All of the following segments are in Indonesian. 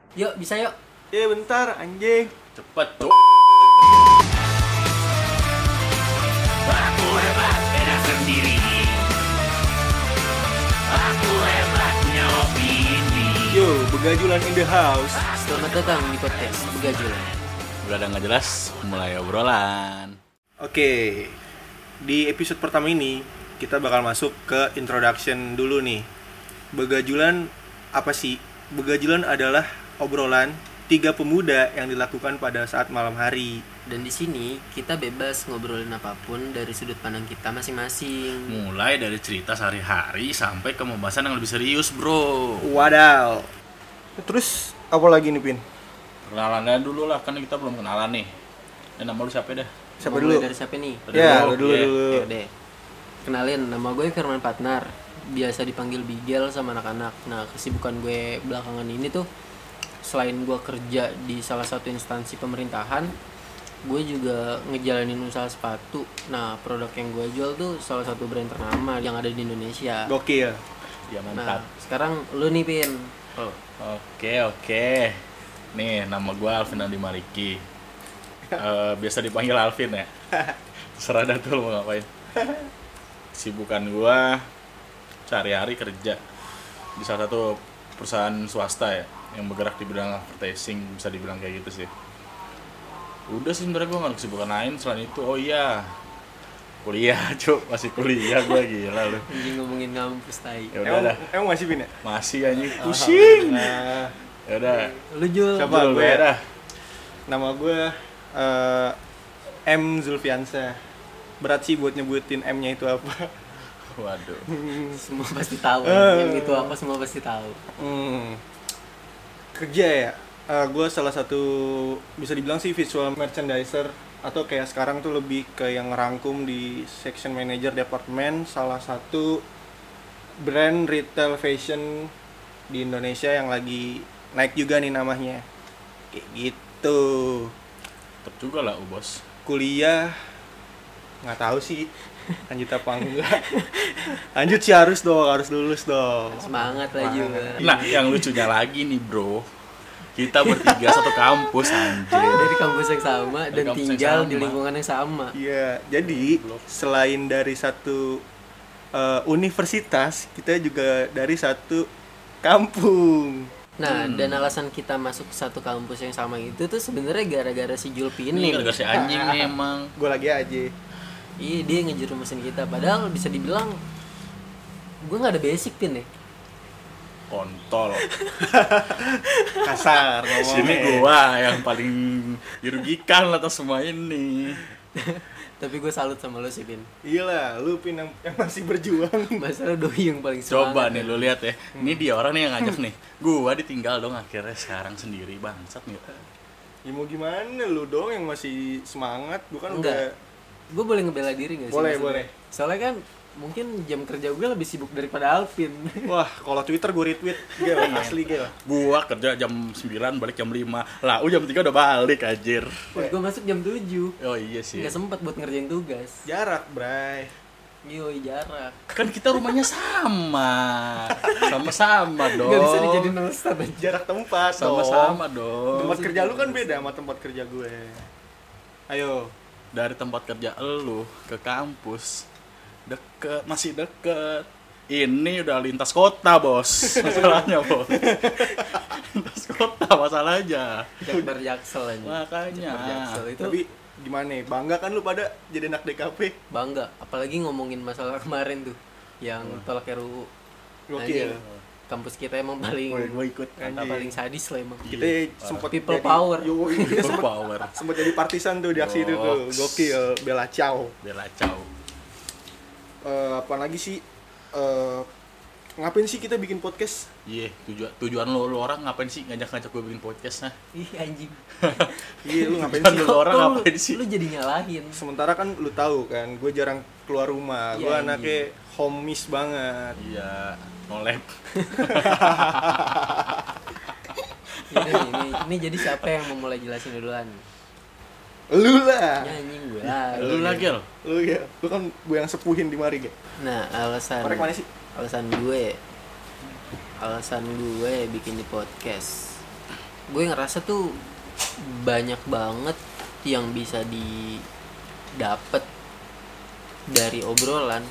Yuk, bisa yuk. Bentar anjing. Cepet tuh. Aku hebat beda sendiri. Aku hebatnya opini. Yo, begajulan in the house. Selamat datang di podcast Begajulan. Udah ada nggak jelas, mulai obrolan. Oke, di episode pertama ini kita bakal masuk ke introduction dulu nih. Begajulan apa sih? Begajulan adalah obrolan tiga pemuda yang dilakukan pada saat malam hari. Dan di sini kita bebas ngobrolin apapun dari sudut pandang kita masing-masing. Mulai dari cerita sehari-hari sampai ke pembahasan yang lebih serius, bro. Wadaw. Terus apa lagi nih, Pin? Kenalannya dulu lah, kan kita belum kenalan nih. Nama lu siapa dah? Siapa Mau mulai dulu? dari siapa nih? Ya, Dulu, lu dulu ya. dulu. Yaudah. Kenalin, nama gue Firman Partner. Biasa dipanggil Bigel sama anak-anak. Nah, kesibukan gue belakangan ini tuh selain gue kerja di salah satu instansi pemerintahan, gue juga ngejalanin usaha sepatu. Nah, produk yang gue jual tuh salah satu brand ternama yang ada di Indonesia. Gokil. Ya Nah, mantap. sekarang lu nih, Pin. Oh. Oke. Nih, nama gue Alvin Andi Mariki. Biasa dipanggil Alvin ya. Terserah dah tuh lu mau ngapain. Sibukan gue sehari-hari kerja di salah satu perusahaan swasta ya, yang bergerak di bidang advertising, bisa dibilang kayak gitu sih. Udah sih sebenarnya gue gak ada kesibukan lain selain itu. Oh iya, kuliah cuk, masih kuliah gue, gila lu. Anjing ngomongin ngampus tai. Ya udah dah, Emang masih, Pin ya? masih anjing pusing. Nah, Ya udah, Lu Jul. Siapa? Jul, gue? ya dah. nama gue M Zulfiansyah. Berat sih buat nyebutin M-nya itu apa. Waduh. Semua pasti tahu. Yang itu apa semua pasti tahu. Kerja ya. Gue salah satu bisa dibilang sih visual merchandiser, atau kayak sekarang tuh lebih ke yang ngerangkum di section manager department salah satu brand retail fashion di Indonesia yang lagi naik juga nih namanya. Kayak gitu. Tetep juga lah, bos. Kuliah nggak tahu sih lanjut apa enggak. Lanjut sih, harus lulus dong. Semangat lah Jul. Nah, yang lucunya lagi nih bro, kita bertiga satu kampus anjir. Dari kampus yang sama Dari dan kampus yang tinggal di sama. lingkungan yang sama. Iya, jadi selain dari satu universitas, kita juga dari satu kampung. Nah, dan alasan kita masuk ke satu kampus yang sama itu tuh sebenarnya gara-gara si Jul Ini Pinin. gara-gara si anjing nih emang. Gue lagi aja. Iya, dia ngejerumusin kita. Padahal bisa dibilang gue nggak ada basic Pin ya. Kontol. Kasar ngomongnya. Sini gua yang paling dirugikan atas semua ini. Tapi gue salut sama lo sih Pin. Iyalah, lu Pin yang masih berjuang. Masalah doi yang paling semangat. Coba nih lu lihat ya. Ini dia orang nih yang ngajak nih. Gua ditinggal dong akhirnya sekarang sendiri, bangsat nih. Ya mau gimana, lu dong yang masih semangat. Gue kan Enggak. Gue boleh ngebela diri gak sih? Boleh, maksudnya? boleh. Soalnya kan mungkin jam kerja gue lebih sibuk daripada Alvin. Wah, kalau Twitter gue retweet. Gel, asli gel. Gua kerja jam 9 balik jam 5. Lah, jam 3 udah balik anjir. Gue masuk jam 7. Oh iya sih. Nggak sempet buat ngerjain tugas. Jarak, bray. Yoi, jarak. Kan kita rumahnya sama. Sama-sama dong. Gak bisa dijadiin alasan aja. Jarak tempat Sama-sama dong. dong. Tempat kerja lu kan beda sama tempat kerja gue. Ayo. Dari tempat kerja lu ke kampus deket, masih deket. Ini udah lintas kota bos, masalahnya bos. Lintas kota masalahnya. Jakbar Jaksel aja. Makanya. Jakbar Jaksel itu Tapi gimana nih? Bangga kan lu pada jadi anak DKP? bangga. Apalagi ngomongin masalah kemarin tuh yang tolak RUU. Gokil. Anjing, kampus kita emang paling Gue ikut. paling sadis lah emang. Kita sempat People power. Kita Full sempat power. jadi partisan tuh di aksi itu tuh. Goks. Gokil, bela ciao. Bela caw. Apalagi sih ngapain sih kita bikin podcast? Iya, tujuan lu orang ngapain sih ngajak-ngajak gue bikin podcast nah? Ih anjing. Iya, lu ngapain Tujuan sih? lu orang Kok ngapain sih? Lu jadi nyalahin. Sementara kan lu tahu kan, gue jarang keluar rumah. Iya, Gue anjing. anaknya homies banget. Iya, nolep. Ini jadi siapa yang mau mulai jelasin duluan? Lu lah. Ya, anjing gue lah. Lu lagi lo? Lu ya, lu kan gue yang sepuhin di mari, Ge. Nah, Korek mana sih? alasan gue bikin di podcast. gue ngerasa tuh banyak banget yang bisa didapet dari obrolan,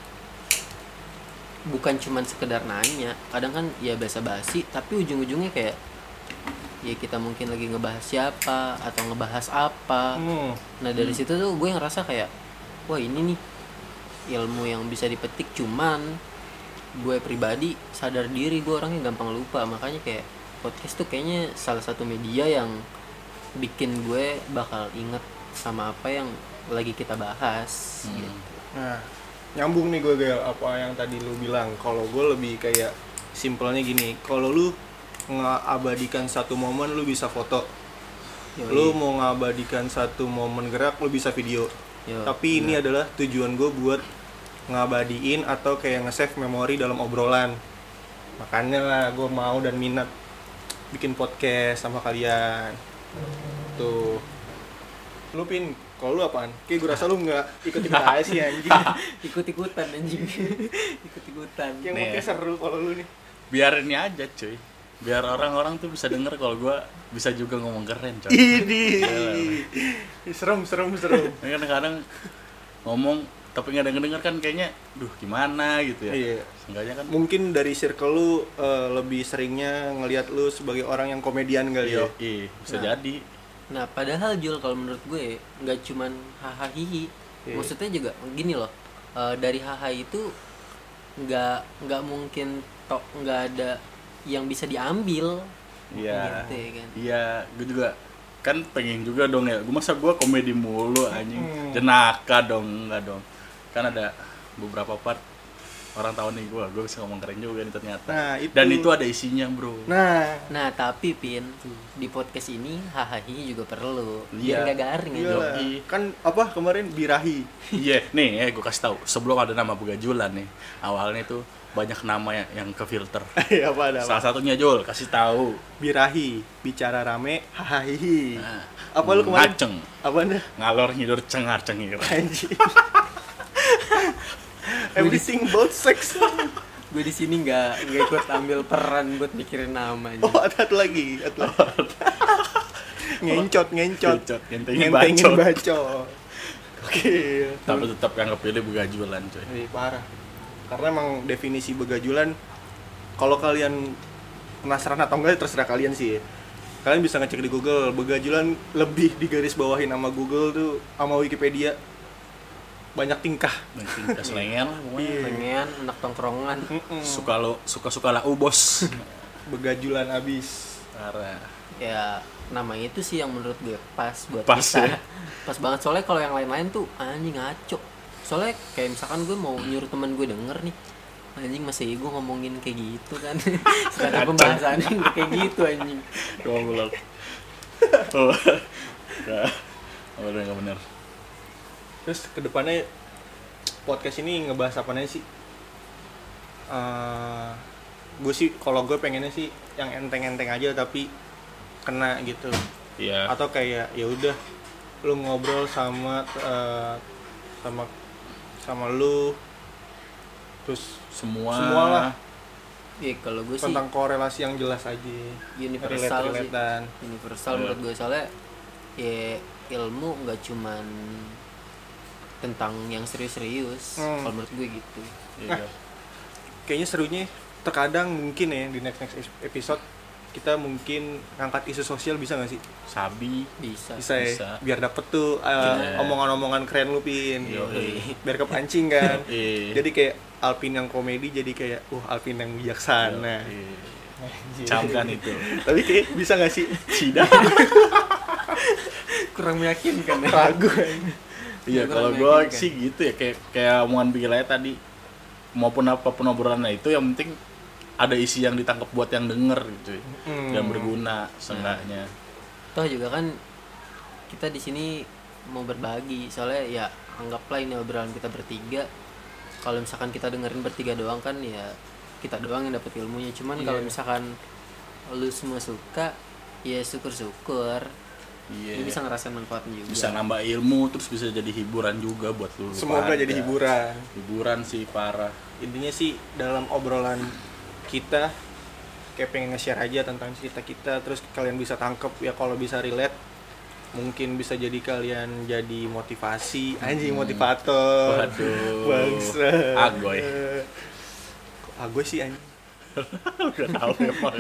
bukan cuman sekedar nanya. Kadang kan ya basa-basi tapi ujung-ujungnya kayak ya kita mungkin lagi ngebahas siapa atau ngebahas apa. Nah dari situ tuh gue ngerasa kayak wah ini nih ilmu yang bisa dipetik. Cuman gue pribadi sadar diri gue orangnya gampang lupa, makanya kayak podcast tuh kayaknya salah satu media yang bikin gue bakal inget sama apa yang lagi kita bahas gitu. Nah, nyambung nih gue Gel, apa yang tadi lu bilang. Kalau gue lebih kayak simpelnya gini, kalau lu ngabadikan satu momen lu bisa foto. Yoi. Lu mau ngabadikan satu momen gerak lu bisa video. Yo, Tapi ini adalah tujuan gue buat ngabadiin atau kayak nge-save memori dalam obrolan. Makanya lah gue mau dan minat bikin podcast sama kalian. Tuh. Lu Pin, kalau lu apaan? Kayak gue rasa lu nggak ikut-ikut aja sih anjing. ikut-ikutan anjing. Ikut-ikutan. Yang Nih. mungkin seru kalau lu nih. Biar ini aja cuy, biar orang-orang tuh bisa denger kalau gue bisa juga ngomong keren coy. Ini serem. Kadang-kadang ngomong tapi nggak denger kan kayaknya, duh gimana gitu ya. Iya. Seenggaknya kan. Mungkin dari circle lu lebih seringnya ngelihat lu sebagai orang yang komedian kali ya. Bisa Nah. jadi. Nah padahal Jul kalau menurut gue nggak cuman hahaha hihi, Iya. maksudnya juga gini loh, dari haha itu nggak mungkin nggak ada yang bisa diambil. Iya. Gitu ya kan. Iya, gue juga kan pengen juga dong ya. Gue masa gue komedi mulu anjing. Jenaka dong, enggak dong. Kan ada beberapa part orang tahu nih gue bisa ngomong keren juga nih ternyata. Nah, itu. Dan itu ada isinya, Bro. Nah, Tapi Pin, di podcast ini hahaha juga perlu Iya. biar nggak garing aja. iyalah. Yoi. Kan apa kemarin birahi. Iya, nih gue kasih tahu. Sebelum ada nama Begajulan nih, awalnya tuh banyak nama yang ke filter. apa ada? Salah satunya Jul, kasih tahu. Birahi, bicara rame, hahaha. Nah, Apa lu kemarin? ngaceng, Apa dah? ngalor ngidur cengar cengir. Anjing. Everything about sex. Gue di sini nggak ikut ambil peran buat mikirin namanya. Oh, ada lagi. Ngencot. Cocok, Ngentengin bacot. bacot. Oke. Tapi tetap yang kepilih Begajulan coy. Ini parah. Karena emang definisi begajulan, kalau kalian penasaran atau enggak terserah kalian sih ya. Kalian bisa ngecek di Google, begajulan lebih digaris bawahi nama Google tuh sama Wikipedia. Banyak tingkah. Nanti keselengen lah pokoknya. Pengen anak tongkrongan. Suka lah bos. Begajulan abis. Parah. Ya nama itu sih yang menurut gue pas buat Pas kita. ya. Pas banget soalnya kalau yang lain-lain tuh anjing ngaco. Soalnya kayak misalkan gue mau nyuruh teman gue denger nih, anjing masih gue ngomongin kayak gitu kan. Sedangkan pembahasannya nggak kayak gitu anjing. Goblok. Oh. Nggak bener. Terus kedepannya podcast ini ngebahas apa nih sih? Gue sih kalau gue pengennya sih yang enteng-enteng aja tapi kena gitu. Iya. Atau kayak ya udah lu ngobrol sama sama lu terus Semua lah Iya kalau gue sih tentang korelasi yang jelas aja. universal sih. Relate-relatean. Universal Iya. menurut gue soalnya ya ilmu nggak cuman tentang yang serius-serius. Kalau menurut gue gitu. Iya. Kayaknya serunya terkadang mungkin ya di next episode kita mungkin ngangkat isu sosial, bisa nggak sih? Sabi. Bisa. Bisa ya, Bisa. biar dapet tuh Iya. omongan-omongan keren lu Pin. Yoi. Biar kepancing kan. Iya. Jadi kayak Alpin yang komedi jadi kayak Alpin yang bijaksana. Iya. Anjir. Camkan itu. Tapi kayak bisa nggak sih? Tidak. Kurang meyakinkan ya. Ragu. Iya, Kurang kalau gue meyakinkan. sih gitu ya, kayak omongan Bigilanya tadi, maupun apapun obrolannya itu yang penting ada isi yang ditangkap buat yang denger gitu, yang berguna seenggaknya. Toh juga kan kita di sini mau berbagi, soalnya ya anggaplah ini obrolan kita bertiga. Kalau misalkan kita dengerin bertiga doang kan ya kita doang yang dapat ilmunya. Cuman kalau misalkan lu semua suka, ya syukur-syukur. Iya. Lu bisa ngerasain manfaatnya juga. Bisa nambah ilmu, terus bisa jadi hiburan juga buat lu. Semoga pada. jadi hiburan. Hiburan sih parah. Intinya sih dalam obrolan kita kayak pengen nge-share aja tentang cerita kita, terus kalian bisa tangkep ya, kalau bisa relate mungkin bisa jadi kalian jadi motivasi, anjing motivator. Waduh. Bangsa. Agoy sih anjing. Udah tahu emang.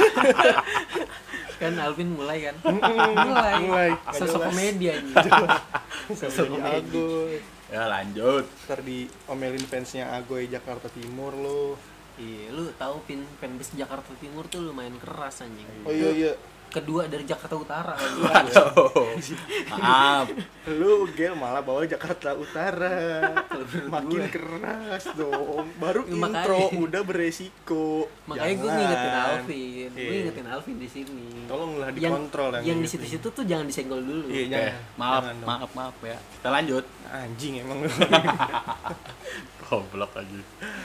Kan Alvin mulai kan. Mulai. Sosok komedi anjing. Sosok Jadi komedi. Agoy. Ya lanjut. Ntar diomelin fansnya Agoy Jakarta Timur lo. Iya, lu tahu fanbase Jakarta Timur tuh lumayan keras anjing. Oh iya. Kedua dari Jakarta Utara kan. Waduh. Maaf. Lu gel malah bawa Jakarta Utara. Makin keras dong. Baru Ya, intro makanya. udah beresiko. Makanya gue Jangan. ngingetin Alvin. Gue Iya. ngingetin Alvin di sini. Tolonglah dikontrol yang di gitu. situ-situ tuh jangan disenggol dulu. Iya, jangan. Jangan dong. Maaf ya. Kita lanjut. Anjing emang lu. Goblok aja.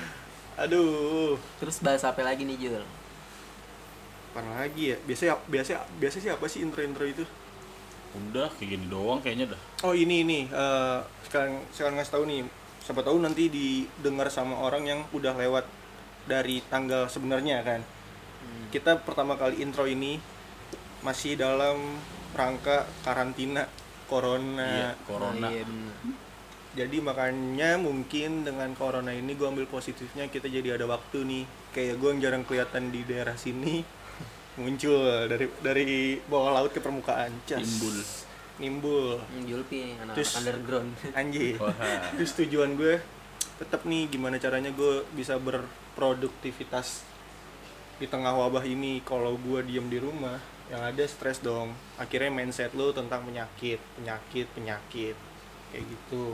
Aduh. Terus bahas apa lagi nih Jul? Apa lagi ya? Biasa siapa sih intro itu? Udah kayak gini doang kayaknya dah. Oh ini sekarang ngasih tahu nih. Siapa tahu nanti didengar sama orang yang udah lewat dari tanggal sebenarnya kan. Kita pertama kali intro ini masih dalam rangka karantina corona. Iya, corona. Oh, iya bener. Jadi makanya mungkin dengan corona ini gue ambil positifnya, kita jadi ada waktu nih. Kayak gue yang jarang kelihatan di daerah sini muncul dari bawah laut ke permukaan. Cas. Nimbul. Julpi anak Terus- underground. Anjir. Wah. Terus tujuan gue tetap nih gimana caranya gue bisa berproduktivitas di tengah wabah ini. Kalau gue diem di rumah yang ada stres dong. Akhirnya mindset lo tentang penyakit kayak gitu.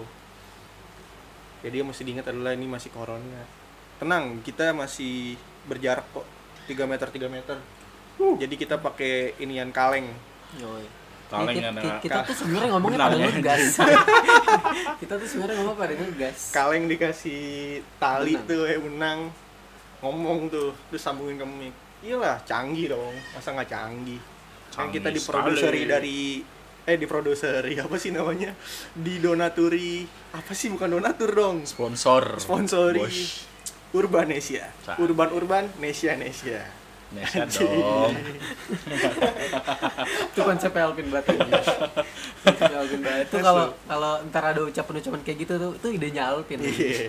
Jadi yang mesti diingat adalah ini masih corona. Tenang, kita masih berjarak kok 3 meter. Jadi kita pakai inian kaleng. Yoi. Kaleng Ini anak- kita tuh sebenarnya ngomongnya Benang pada ya, ngegas. Kita tuh sebenarnya ngomong pada ngegas. Kaleng dikasih tali Benang. tuh benang. Ngomong tuh, terus sambungin ke mic. Iyalah, canggih dong. Masa nggak canggih? Kan kita Canggih diproduseri sekali. dari diproduseri apa sih namanya? Didonaturi. Apa sih, bukan donatur dong. Sponsori. Sponsori Urbanesia. Sa- Urban Nesia. Nesya Anjing. dong. Itu konsep Alvin banget. Konsep Alvin banget. Itu kalau ntar ada ucapan kayak gitu tuh idenya Alvin. Iya.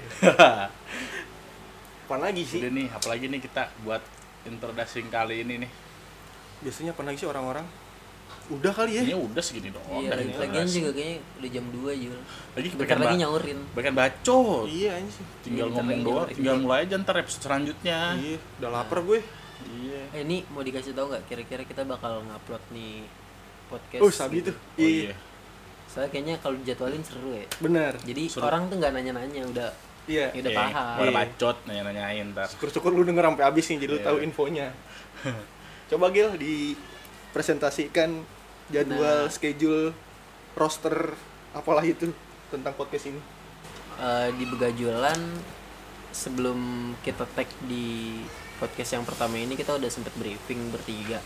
Apa lagi sih? Udah nih, apalagi nih kita buat introduksi kali ini nih. Biasanya apa lagi sih orang-orang? Udah kali ya? Ini udah segini doang. Iya, dari lagian introduksi. juga kayaknya udah jam 2 Jul. Lagi Bentar lagi nyaurin. Bahkan bacot. Iya anjing. Tinggal Bentar ngomong lagi doang, nyaurin. tinggal mulai aja ntar episode selanjutnya. Iya, udah lapar gue. Iya. Ini mau dikasih tahu nggak kira-kira kita bakal ngupload nih podcast. Oh, sabi gitu. tuh. Oh iya. Soalnya kayaknya kalau dijadwalin seru ya. Bener. Jadi Seru. orang tuh nggak nanya-nanya, udah Iya. ya udah paham. Pada Iya. bacot nanya-nanyain ntar. Syukur-syukur lu denger sampai habis nih, jadi lu Iya. tahu infonya. Coba Gil dipresentasikan jadwal, Nah. schedule, roster, apalah itu tentang podcast ini. Di Begajulan sebelum kita tag di podcast yang pertama ini kita udah sempet briefing bertiga.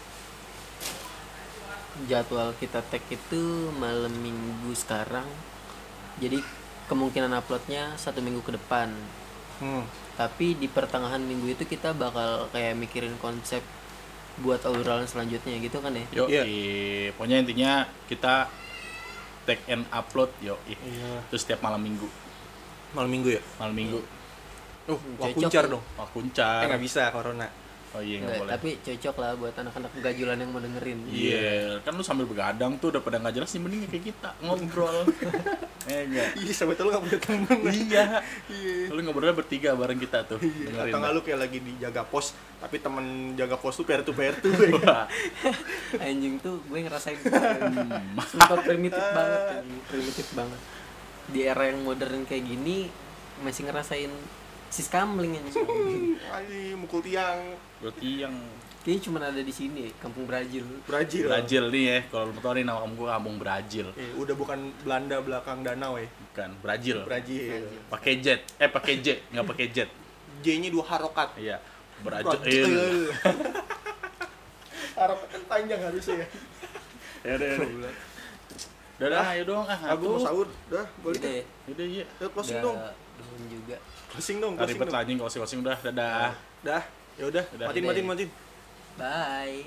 Jadwal kita tag itu malam minggu sekarang. Jadi kemungkinan uploadnya 1 minggu ke depan. Tapi di pertengahan minggu itu kita bakal kayak mikirin konsep buat obrolan selanjutnya gitu kan ya. Yo, Iya. pokoknya intinya kita tag and upload yo. Iya. Terus setiap malam minggu. Malam minggu ya? Malam minggu. Cocok Wakuncar tuh. dong. Wah, kuncar. Nggak bisa corona. Oh iya, nggak Enggak, boleh. tapi cocok lah buat anak-anak Begajulan yang mau dengerin. Iya, kan lu sambil begadang tuh udah pada nggak jelas nih, mending kayak kita ngobrol. Enggak. Ih, sampai tuh lu nggak punya temen. Iya. Iya. Lu ngobrolnya bertiga bareng kita tuh. Atau nggak dah. lu kayak lagi dijaga pos, tapi temen jaga pos tuh peer to peer tuh. Wah, Anjing tuh gue ngerasain sumpah primitif banget anjing. Primitif banget di era yang modern kayak gini masih ngerasain siskamling anjing. Anjing, mukul tiang. berarti yang Kayaknya cuma ada di sini Kampung Brazil. Brazil. Brazil nih ya, kalau lu tau nih nama kamu gua kampung Brazil. Udah bukan Belanda belakang danau ya. Bukan, Brazil. Brazil. Pakai jet, pakai jet, nggak pakai jet. J-nya 2 harokat. Iya, Brazil. Brazil. Harokat kan panjang harusnya ya. Ya udah. Udah, ayo dong. Aku mau sahur. Dah, balik. Gitu ya. Udah, iya. Closing Udah dong. belum juga. Closing dong, Ribet closing dong. lagi closing udah. Dadah. Dah. Ya udah, Udah. matiin. Bye.